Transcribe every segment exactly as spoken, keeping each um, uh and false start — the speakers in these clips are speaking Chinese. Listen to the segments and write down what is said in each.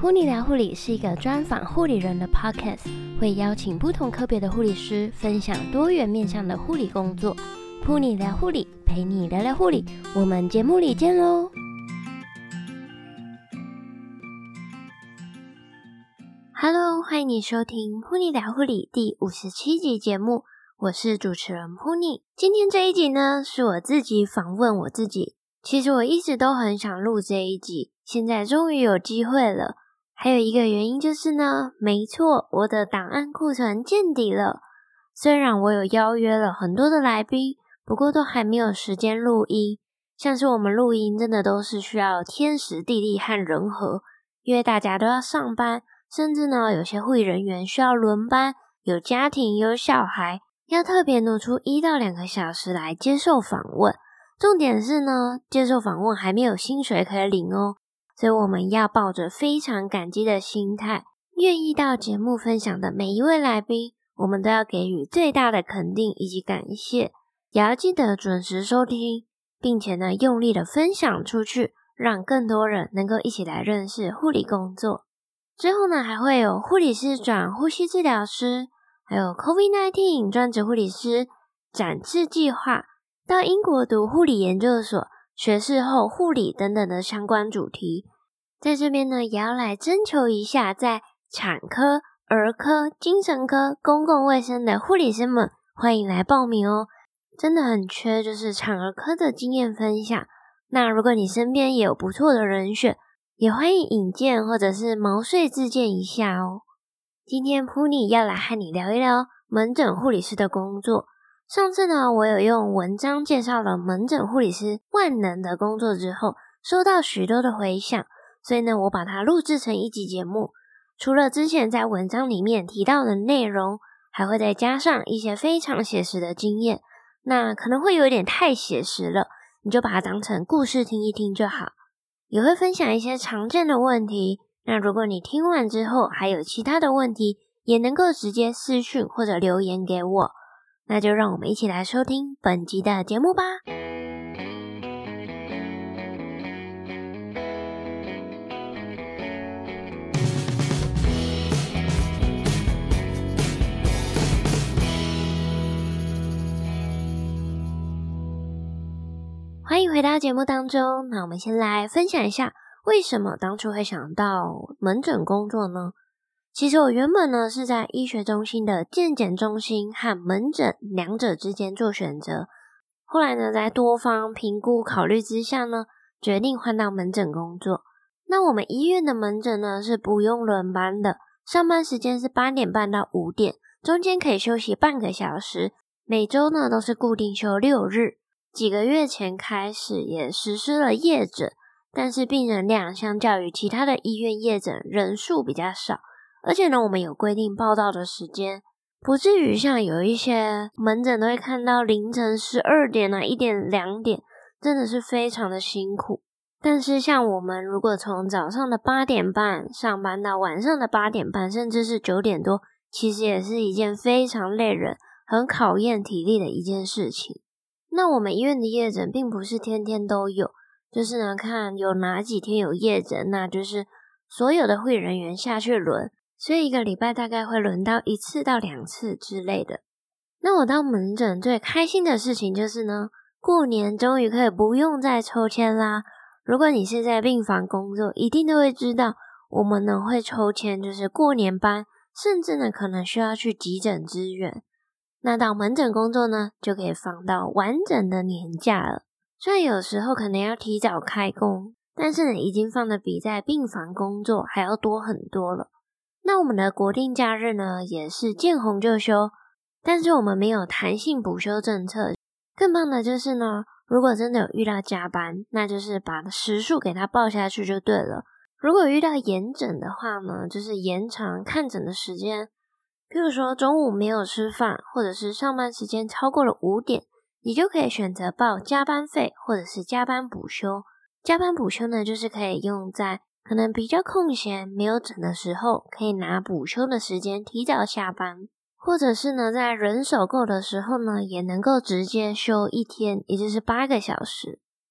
噗妮聊护理是一个专访护理人的 podcast， 会邀请不同科别的护理师分享多元面向的护理工作。噗妮聊护理，陪你聊聊护理，我们节目里见喽！Hello， 欢迎你收听噗妮聊护理第五十七集节目，我是主持人噗妮。今天这一集呢，是我自己访问我自己。其实我一直都很想录这一集，现在终于有机会了。还有一个原因就是呢，没错，我的档案库存见底了。虽然我有邀约了很多的来宾，不过都还没有时间录音。像是我们录音真的都是需要天时地利和人和，因为大家都要上班，甚至呢有些护理人员需要轮班，有家庭有小孩，要特别挪出一到两个小时来接受访问。重点是呢，接受访问还没有薪水可以领哦。所以我们要抱着非常感激的心态，愿意到节目分享的每一位来宾，我们都要给予最大的肯定以及感谢，也要记得准时收听，并且呢用力的分享出去，让更多人能够一起来认识护理工作。之后呢还会有护理师转呼吸治疗师，还有 COVID 十九 专职护理师展翅计划，到英国读护理研究所，学士后护理等等的相关主题。在这边呢也要来征求一下在产科、儿科、精神科、公共卫生的护理师们，欢迎来报名哦。真的很缺就是产儿科的经验分享，那如果你身边也有不错的人选，也欢迎引荐或者是毛遂自荐一下哦。今天噗妮要来和你聊一聊门诊护理师的工作。上次呢我有用文章介绍了门诊护理师万能的工作之后，收到许多的回响，所以呢我把它录制成一集节目。除了之前在文章里面提到的内容，还会再加上一些非常写实的经验，那可能会有点太写实了，你就把它当成故事听一听就好。也会分享一些常见的问题，那如果你听完之后还有其他的问题，也能够直接私讯或者留言给我。那就让我们一起来收听本集的节目吧。欢迎回到节目当中，那我们先来分享一下为什么当初会想到门诊工作呢？其实我原本呢是在医学中心的健检中心和门诊两者之间做选择，后来呢在多方评估考虑之下呢，决定换到门诊工作。那我们医院的门诊呢是不用轮班的，上班时间是八点半到五点，中间可以休息半个小时，每周呢都是固定休六日。几个月前开始也实施了夜诊，但是病人量相较于其他的医院夜诊人数比较少，而且呢我们有规定报到的时间，不至于像有一些门诊都会看到凌晨十二点啊、一点、两点，真的是非常的辛苦。但是像我们如果从早上的八点半上班到晚上的八点半，甚至是九点多，其实也是一件非常累人、很考验体力的一件事情。那我们医院的夜诊并不是天天都有，就是呢看有哪几天有夜诊，那就是所有的护理人员下去轮，所以一个礼拜大概会轮到一次到两次之类的。那我到门诊最开心的事情就是呢，过年终于可以不用再抽签啦。如果你是在病房工作，一定都会知道我们呢会抽签，就是过年班，甚至呢可能需要去急诊支援。那到门诊工作呢，就可以放到完整的年假了。虽然有时候可能要提早开工，但是呢，已经放的比在病房工作还要多很多了。那我们的国定假日呢，也是见红就休，但是我们没有弹性补休政策。更棒的就是呢，如果真的有遇到加班，那就是把时数给它报下去就对了。如果遇到延诊的话呢，就是延长看诊的时间。譬如说中午没有吃饭，或者是上班时间超过了五点，你就可以选择报加班费或者是加班补休。加班补休呢，就是可以用在可能比较空闲没有诊的时候，可以拿补休的时间提早下班，或者是呢在人手够的时候呢，也能够直接休一天，也就是八个小时。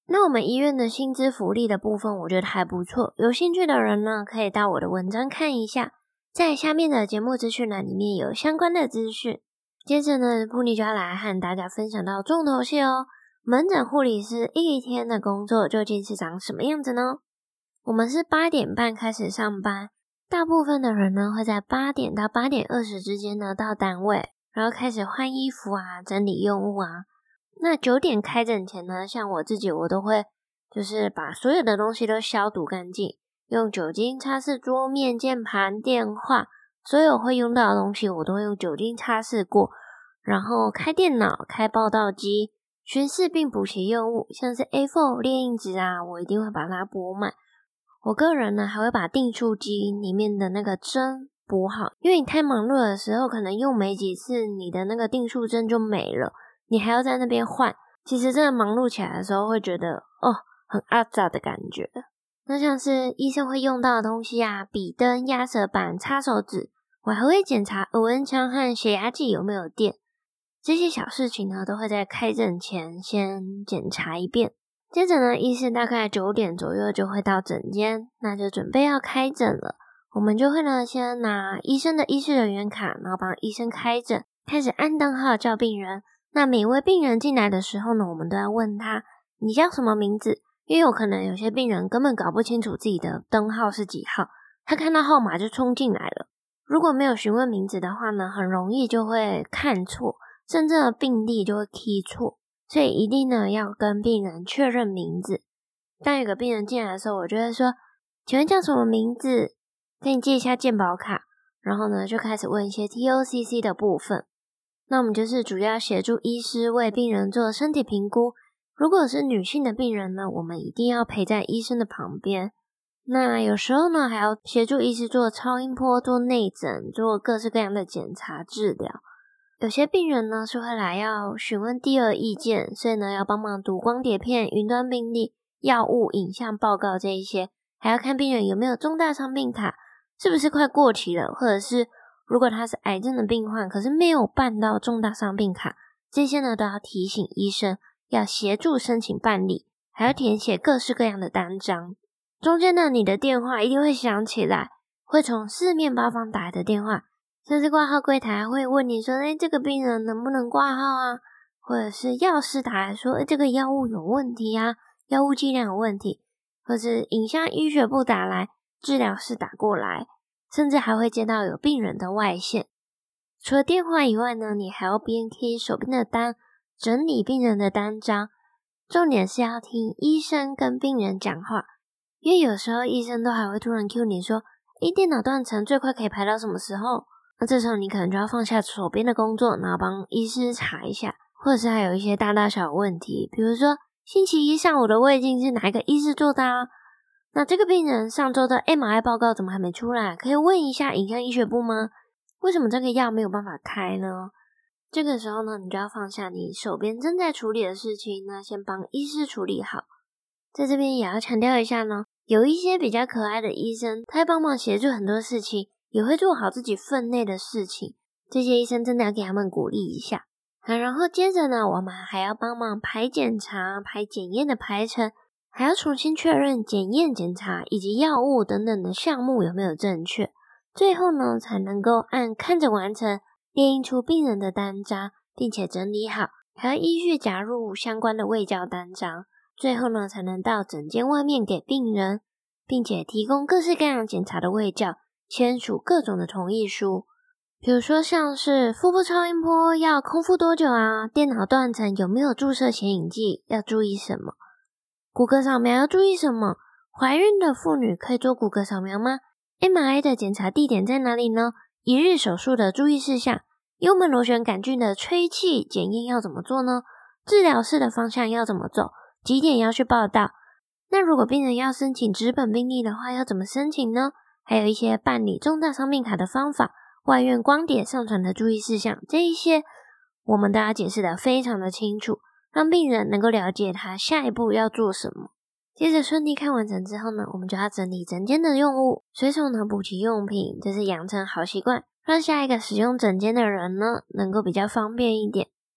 那我们医院的薪资福利的部分我觉得还不错，有兴趣的人呢可以到我的文章看一下，在下面的节目资讯栏里面有相关的资讯。接着呢，布妮就要来和大家分享到重头戏哦，门诊护理师一天的工作究竟是长什么样子呢？我们是八点半开始上班，大部分的人呢会在八点到八点二十之间呢到单位，然后开始换衣服啊，整理用物啊。那九点开诊前呢，像我自己我都会就是把所有的东西都消毒干净，用酒精擦拭桌面、键盘、电话，所有会用到的东西我都会用酒精擦拭过，然后开电脑、开报道机，巡视并补齐用物，像是 A 四 列印纸啊，我一定会把它补满。我个人呢还会把订书机里面的那个针补好，因为你太忙碌的时候可能用没几次你的那个订书针就没了，你还要在那边换，其实真的忙碌起来的时候会觉得哦很阿杂的感觉。那像是医生会用到的东西啊，笔灯、压舌板、擦手纸，我还会检查耳温枪和血压计有没有电，这些小事情呢都会在开诊前先检查一遍。接着呢，医师大概九点左右就会到诊间，那就准备要开诊了。我们就会呢先拿医生的医师人员卡，然后帮医生开诊，开始按灯号叫病人。那每一位病人进来的时候呢，我们都要问他你叫什么名字，因为有可能有些病人根本搞不清楚自己的灯号是几号，他看到号码就冲进来了。如果没有询问名字的话呢，很容易就会看错，真正的病历就会 key 错。所以一定呢要跟病人确认名字。当有个病人进来的时候，我就会说请问叫什么名字，跟你借一下健保卡，然后呢就开始问一些 T O C C 的部分。那我们就是主要协助医师为病人做身体评估，如果是女性的病人呢，我们一定要陪在医生的旁边。那有时候呢还要协助医师做超音波、做内诊、做各式各样的检查治疗。有些病人呢是会来要询问第二意见，所以呢要帮忙读光碟片、云端病历、药物、影像报告这一些，还要看病人有没有重大伤病卡，是不是快过期了，或者是如果他是癌症的病患，可是没有办到重大伤病卡，这些呢都要提醒医生要协助申请办理，还要填写各式各样的单张。中间呢你的电话一定会响起来，会从四面八方打来的电话，像是挂号柜台会问你说诶这个病人能不能挂号啊，或者是药师打来说诶这个药物有问题啊，药物剂量有问题，或是影像医学部打来，治疗室打过来，甚至还会接到有病人的外线。除了电话以外呢，你还要边 key 手边的单，整理病人的单张，重点是要听医生跟病人讲话，因为有时候医生都还会突然 cue 你说诶电脑断层最快可以排到什么时候，那这时候你可能就要放下手边的工作，然后帮医师查一下，或者是还有一些大大小小问题，比如说星期一上午的胃镜是哪一个医师做的啊？那这个病人上周的 M R I 报告怎么还没出来？可以问一下影像医学部吗？为什么这个药没有办法开呢？这个时候呢，你就要放下你手边正在处理的事情，那先帮医师处理好。在这边也要强调一下呢，有一些比较可爱的医生，他会帮忙协助很多事情，也会做好自己分内的事情，这些医生真的要给他们鼓励一下。好，然后接着呢，我们还要帮忙排检查、排检验的排程，还要重新确认检验检查以及药物等等的项目有没有正确，最后呢才能够按看诊完成列印出病人的单张，并且整理好，还要依序加入相关的卫教单张，最后呢才能到诊间外面给病人，并且提供各式各样检查的卫教，签署各种的同意书。比如说像是腹部超音波要空腹多久啊，电脑断层有没有注射显影剂，要注意什么，骨骼扫描要注意什么，怀孕的妇女可以做骨骼扫描吗？ M R I 的检查地点在哪里呢？一日手术的注意事项，幽门螺旋杆菌的吹气检验要怎么做呢？治疗室的方向要怎么走？几点要去报到？那如果病人要申请纸本病历的话，要怎么申请呢？还有一些办理重大伤病卡的方法，外院光碟上传的注意事项，这一些我们都要解释得非常的清楚，让病人能够了解他下一步要做什么。接着顺利看完诊之后呢，我们就要整理诊间的用物，随手呢补齐用品，这是养成好习惯，让下一个使用诊间的人呢能够比较方便一点。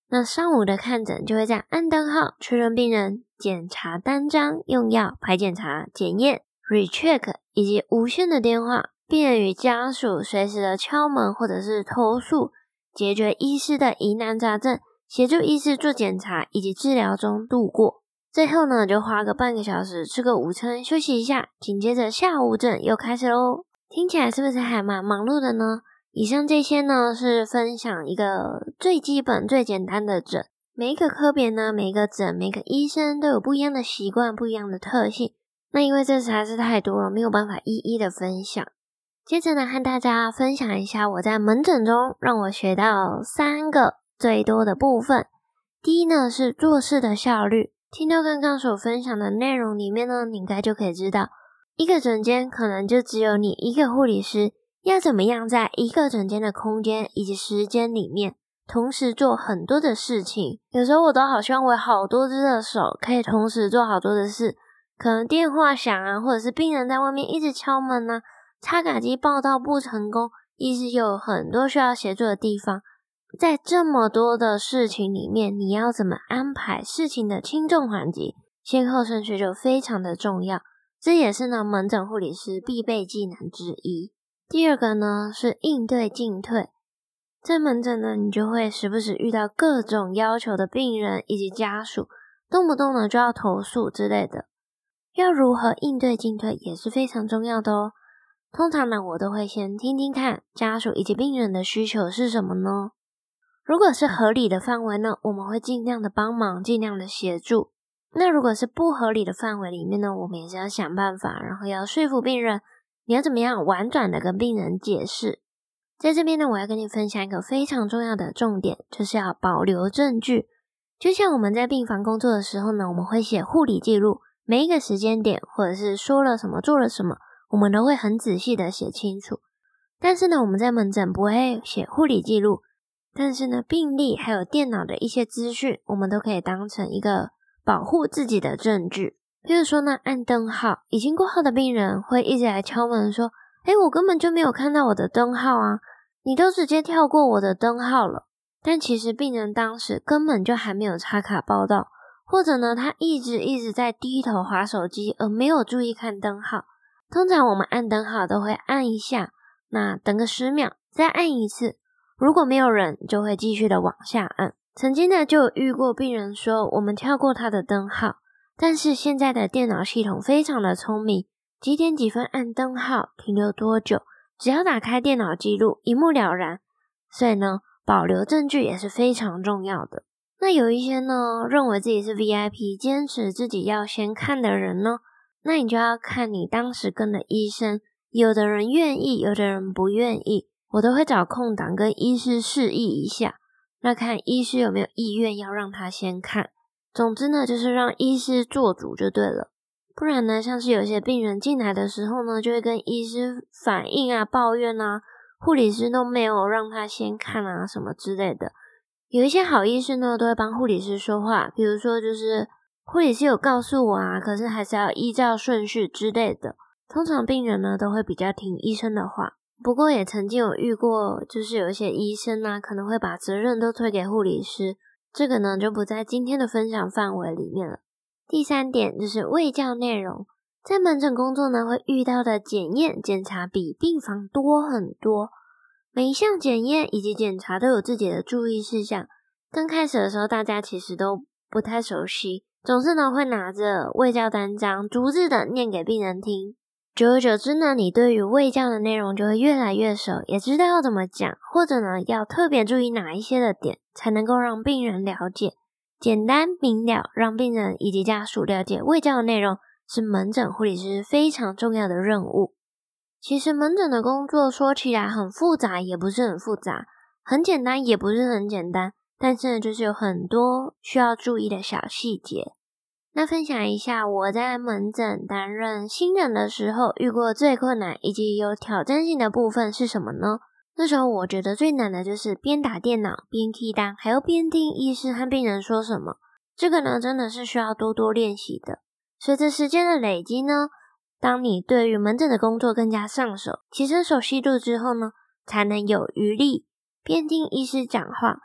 那上午的看诊就会在按灯号确认病人检查单张、用药、排检查、检验、recheck 以及无线的电话，病人与家属随时的敲门或者是投诉，解决医师的疑难杂症，协助医师做检查以及治疗中度过。最后呢，就花个半个小时吃个午餐休息一下，紧接着下午诊又开始咯。听起来是不是还蛮忙碌的呢？以上这些呢是分享一个最基本最简单的诊，每一个科别呢，每一个诊，每个医生都有不一样的习惯，不一样的特性。那因为这实在是太多了，没有办法一一的分享。接着呢，和大家分享一下我在门诊中让我学到三个最多的部分。第一呢是做事的效率。听到刚刚所分享的内容里面呢，你应该就可以知道，一个诊间可能就只有你一个护理师，要怎么样在一个诊间的空间以及时间里面同时做很多的事情。有时候我都好希望我有好多只的手可以同时做好多的事，可能电话响啊，或者是病人在外面一直敲门啊，插卡机报到不成功，医师又有很多需要协助的地方。在这么多的事情里面，你要怎么安排事情的轻重缓急，先后顺序就非常的重要，这也是呢门诊护理师必备技能之一。第二个呢是应对进退。在门诊呢，你就会时不时遇到各种要求的病人以及家属，动不动呢就要投诉之类的，要如何应对进退也是非常重要的哦。通常呢，我都会先听听看家属以及病人的需求是什么呢？如果是合理的范围呢，我们会尽量的帮忙，尽量的协助。那如果是不合理的范围里面呢，我们也是要想办法，然后要说服病人，你要怎么样婉转的跟病人解释。在这边呢，我要跟你分享一个非常重要的重点，就是要保留证据。就像我们在病房工作的时候呢，我们会写护理记录，每一个时间点或者是说了什么做了什么，我们都会很仔细的写清楚。但是呢，我们在门诊不会写护理记录，但是呢，病历还有电脑的一些资讯，我们都可以当成一个保护自己的证据。比如说呢，按灯号，已经挂号的病人会一直来敲门说，诶，我根本就没有看到我的灯号啊，你都直接跳过我的灯号了。但其实病人当时根本就还没有插卡报到，或者呢，他一直一直在低头滑手机，而没有注意看灯号。通常我们按灯号都会按一下，那等个十秒，再按一次。如果没有人，就会继续的往下按。曾经呢，就有遇过病人说，我们跳过他的灯号，但是现在的电脑系统非常的聪明，几点几分按灯号，停留多久，只要打开电脑记录，一目了然。所以呢，保留证据也是非常重要的。那有一些呢，认为自己是 V I P， 坚持自己要先看的人呢，那你就要看你当时跟的医生，有的人愿意，有的人不愿意。我都会找空档跟医师示意一下，那看医师有没有意愿要让他先看。总之呢，就是让医师做主就对了。不然呢，像是有些病人进来的时候呢，就会跟医师反映啊、抱怨啊，护理师都没有让他先看啊什么之类的。有一些好医师呢，都会帮护理师说话，比如说就是护理师有告诉我啊，可是还是要依照顺序之类的。通常病人呢，都会比较听医生的话。不过也曾经有遇过，就是有一些医生啊，可能会把责任都推给护理师，这个呢就不在今天的分享范围里面了。第三点就是卫教内容，在门诊工作呢会遇到的检验检查比病房多很多，每一项检验以及检查都有自己的注意事项。刚开始的时候大家其实都不太熟悉，总是呢会拿着卫教单张逐字的念给病人听。久而久之呢，你对于卫教的内容就会越来越熟，也知道要怎么讲，或者呢要特别注意哪一些的点，才能够让病人了解。简单明了，让病人以及家属了解卫教的内容，是门诊护理师非常重要的任务。其实门诊的工作说起来很复杂，也不是很复杂，很简单也不是很简单，但是呢就是有很多需要注意的小细节。那分享一下我在门诊担任新人的时候遇过最困难以及有挑战性的部分是什么呢？那时候我觉得最难的就是边打电脑边 key 单，还要边听医师和病人说什么。这个呢真的是需要多多练习的。随着时间的累积呢，当你对于门诊的工作更加上手，提升熟悉度之后呢，才能有余力边听医师讲话，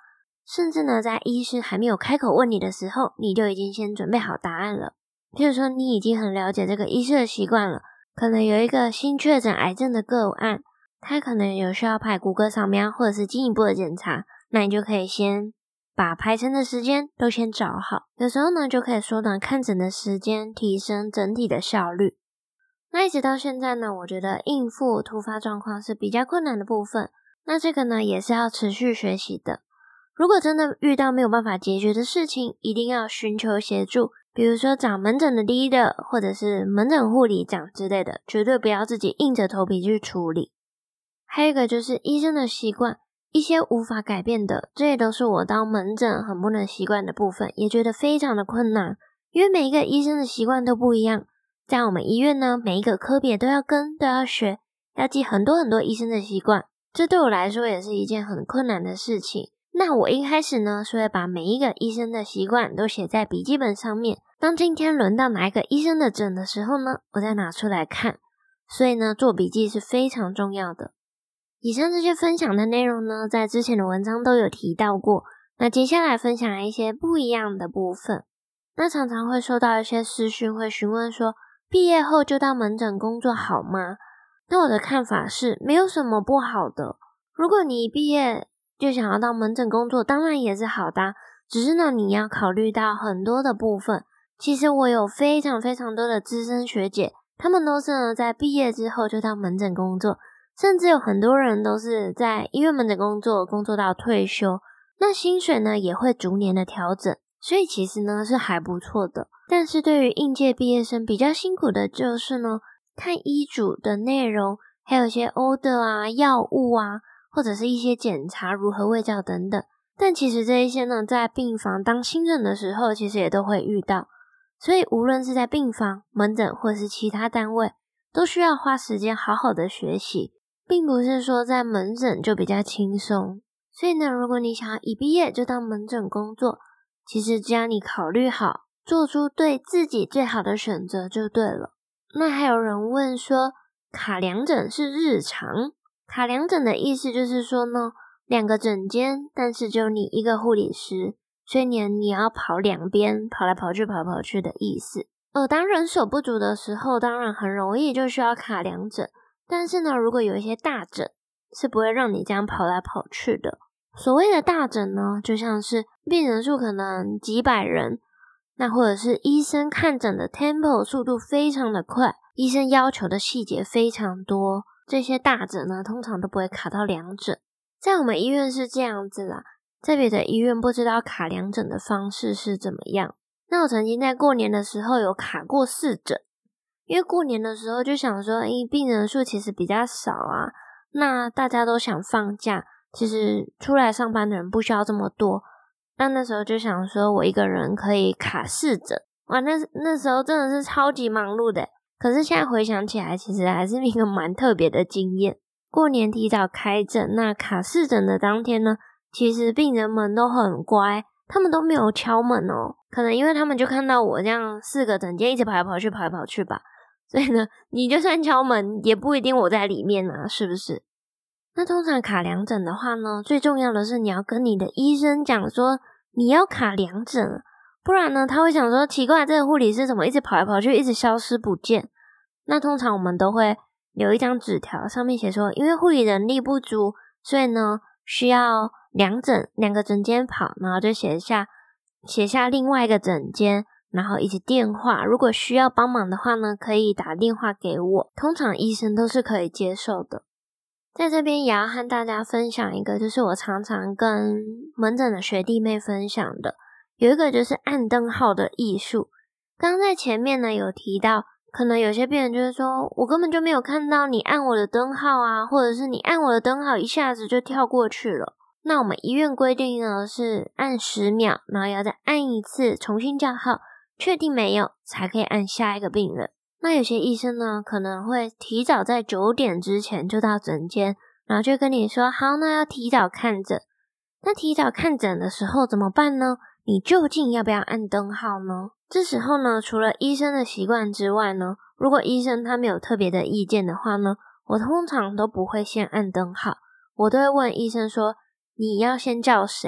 甚至呢，在医师还没有开口问你的时候，你就已经先准备好答案了。譬如说，你已经很了解这个医师的习惯了，可能有一个新确诊癌症的个案，他可能有需要拍骨骼扫描或者是进一步的检查，那你就可以先把排程的时间都先找好，有时候呢就可以缩短看诊的时间，提升整体的效率。那一直到现在呢，我觉得应付突发状况是比较困难的部分，那这个呢也是要持续学习的。如果真的遇到没有办法解决的事情，一定要寻求协助，比如说找门诊的 leader 或者是门诊护理长之类的，绝对不要自己硬着头皮去处理。还有一个就是医生的习惯，一些无法改变的，这也都是我到门诊很不能习惯的部分，也觉得非常的困难，因为每一个医生的习惯都不一样。在我们医院呢，每一个科别都要跟，都要学，要记很多很多医生的习惯，这对我来说也是一件很困难的事情。那我一开始呢，是会把每一个医生的习惯都写在笔记本上面，当今天轮到哪一个医生的诊的时候呢，我再拿出来看。所以呢，做笔记是非常重要的。以上这些分享的内容呢，在之前的文章都有提到过，那接下来分享一些不一样的部分。那常常会收到一些私讯，会询问说，毕业后就到门诊工作好吗？那我的看法是，没有什么不好的。如果你一毕业就想要到门诊工作，当然也是好的，只是呢，你要考虑到很多的部分。其实我有非常非常多的资深学姐，他们都是呢在毕业之后就到门诊工作，甚至有很多人都是在医院门诊工作，工作到退休。那薪水呢也会逐年的调整，所以其实呢是还不错的。但是对于应届毕业生比较辛苦的就是呢，看医嘱的内容，还有一些 order 啊、药物啊，或者是一些检查如何卫教等等。但其实这一些呢，在病房当新人的时候，其实也都会遇到。所以无论是在病房、门诊或是其他单位，都需要花时间好好的学习，并不是说在门诊就比较轻松。所以呢，如果你想要一毕业就到门诊工作，其实只要你考虑好，做出对自己最好的选择就对了。那还有人问说，卡两诊是日常？卡两诊的意思就是说呢，两个诊间，但是只有你一个护理师，所以你你要跑两边，跑来跑去跑来跑去的意思。呃，当人手不足的时候，当然很容易就需要卡两诊，但是呢，如果有一些大诊，是不会让你这样跑来跑去的。所谓的大诊呢，就像是病人数可能几百人，那或者是医生看诊的 tempo 速度非常的快，医生要求的细节非常多，这些大诊呢，通常都不会卡到两诊。在我们医院是这样子啦，在别的医院不知道卡两诊的方式是怎么样。那我曾经在过年的时候有卡过四诊，因为过年的时候就想说，诶，病人数其实比较少啊，那大家都想放假，其实出来上班的人不需要这么多。那那时候就想说，我一个人可以卡四诊，哇，那那时候真的是超级忙碌的。可是现在回想起来，其实还是一个蛮特别的经验。过年提早开诊，那卡四诊的当天呢，其实病人们都很乖，他们都没有敲门哦。可能因为他们就看到我这样四个诊间一直跑来跑去跑来跑去吧，所以呢，你就算敲门，也不一定我在里面啊，是不是？那通常卡两诊的话呢，最重要的是你要跟你的医生讲说你要卡两诊，不然呢他会想说奇怪，这个护理师怎么一直跑来跑去，一直消失不见。那通常我们都会留一张纸条，上面写说因为护理人力不足，所以呢需要两诊两个诊间跑，然后就写下写下另外一个诊间，然后以及电话，如果需要帮忙的话呢，可以打电话给我，通常医生都是可以接受的。在这边也要和大家分享一个，就是我常常跟门诊的学弟妹分享的，有一个就是按灯号的艺术。刚刚在前面呢有提到，可能有些病人就是说我根本就没有看到你按我的灯号啊，或者是你按我的灯号一下子就跳过去了。那我们医院规定呢是按十秒，然后要再按一次重新叫号，确定没有才可以按下一个病人。那有些医生呢可能会提早在九点之前就到诊间，然后就跟你说好，那要提早看诊。那提早看诊的时候怎么办呢？你究竟要不要按灯号呢？这时候呢，除了医生的习惯之外呢，如果医生他没有特别的意见的话呢，我通常都不会先按灯号，我都会问医生说你要先叫谁，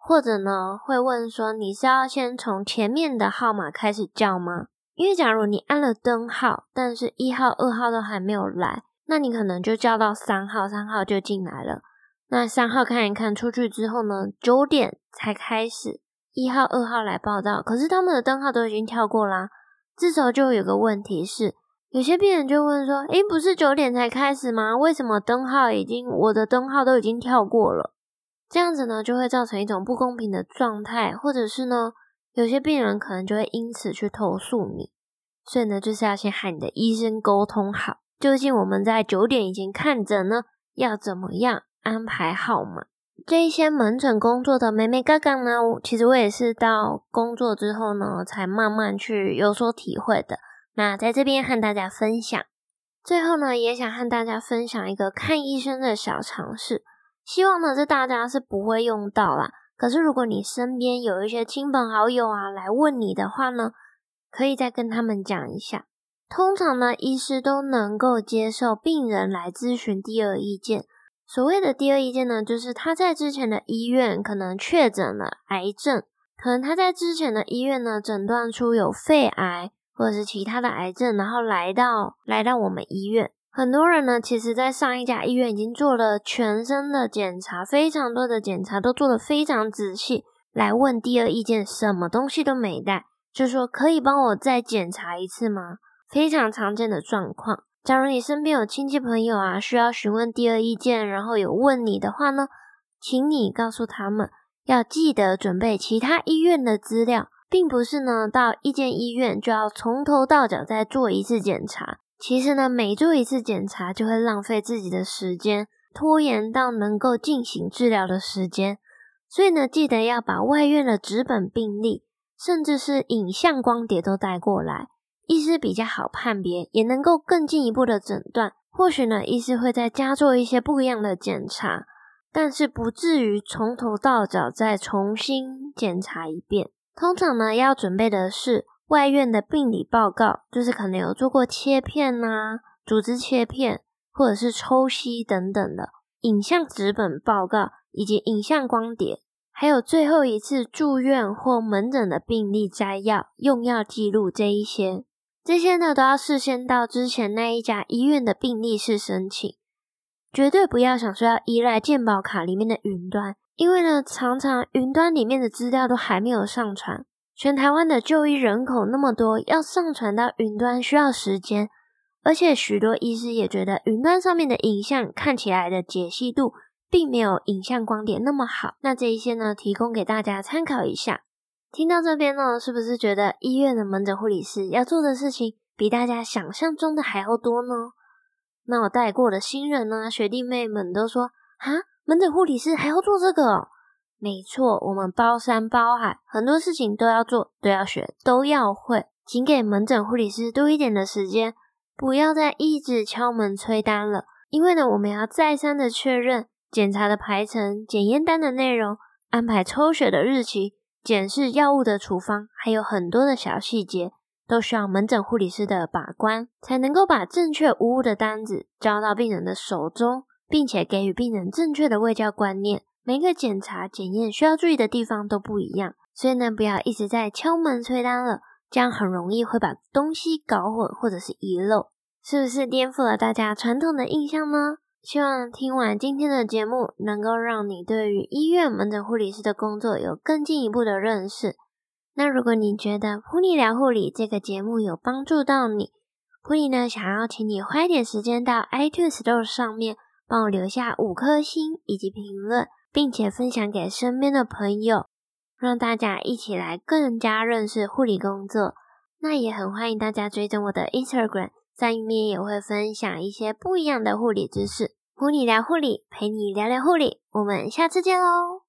或者呢会问说你是要先从前面的号码开始叫吗？因为假如你按了灯号，但是一号二号都还没有来，那你可能就叫到三号，三号就进来了，那三号看一看出去之后呢，九点才开始一号二号来报到，可是他们的灯号都已经跳过啦。这时候就有个问题是，有些病人就问说，诶，不是九点才开始吗？为什么灯号已经我的灯号都已经跳过了？这样子呢就会造成一种不公平的状态，或者是呢有些病人可能就会因此去投诉你。所以呢就是要先和你的医生沟通好，究竟我们在九点以前看诊呢要怎么样安排号码。这一些门诊工作的眉眉角角呢，其实我也是到工作之后呢才慢慢去有所体会的，那在这边和大家分享。最后呢也想和大家分享一个看医生的小常识，希望呢这大家是不会用到啦，可是如果你身边有一些亲朋好友啊来问你的话呢，可以再跟他们讲一下。通常呢医师都能够接受病人来咨询第二意见。所谓的第二意见呢，就是他在之前的医院可能确诊了癌症，可能他在之前的医院呢诊断出有肺癌或者是其他的癌症，然后来到来到我们医院。很多人呢其实在上一家医院已经做了全身的检查，非常多的检查都做得非常仔细，来问第二意见，什么东西都没带，就说可以帮我再检查一次吗？非常常见的状况。假如你身边有亲戚朋友啊需要询问第二意见，然后有问你的话呢，请你告诉他们要记得准备其他医院的资料，并不是呢到一间医院就要从头到脚再做一次检查。其实呢每做一次检查就会浪费自己的时间，拖延到能够进行治疗的时间。所以呢记得要把外院的纸本病历甚至是影像光碟都带过来，医师比较好判别，也能够更进一步的诊断。或许呢医师会再加做一些不一样的检查，但是不至于从头到脚再重新检查一遍。通常呢要准备的是外院的病理报告，就是可能有做过切片啊、组织切片或者是抽吸等等的影像纸本报告，以及影像光碟，还有最后一次住院或门诊的病历摘要、用药记录这一些。这些呢都要事先到之前那一家医院的病历室申请，绝对不要想说要依赖健保卡里面的云端，因为呢常常云端里面的资料都还没有上传，全台湾的就医人口那么多，要上传到云端需要时间，而且许多医师也觉得云端上面的影像看起来的解析度并没有影像光碟那么好。那这一些呢提供给大家参考一下。听到这边呢，是不是觉得医院的门诊护理师要做的事情比大家想象中的还要多呢？那我带过的新人呢，学弟妹们都说，哈，门诊护理师还要做这个哦？没错，我们包山包海，很多事情都要做，都要学，都要会。请给门诊护理师多一点的时间，不要再一直敲门催单了。因为呢，我们要再三的确认检查的排程、检验单的内容、安排抽血的日期、检视药物的处方，还有很多的小细节，都需要门诊护理师的把关，才能够把正确无误的单子交到病人的手中，并且给予病人正确的卫教观念。每个检查检验需要注意的地方都不一样，所以呢不要一直在敲门催单了，这样很容易会把东西搞混或者是遗漏。是不是颠覆了大家传统的印象呢？希望听完今天的节目，能够让你对于医院门诊护理师的工作有更进一步的认识。那如果你觉得噗妮聊护理这个节目有帮助到你，噗妮呢想要请你花一点时间到 iTunes Store 上面帮我留下五颗星以及评论，并且分享给身边的朋友，让大家一起来更加认识护理工作。那也很欢迎大家追踪我的 Instagram， 在里面也会分享一些不一样的护理知识。噗妮聊护理，陪你聊聊护理，我们下次见喽。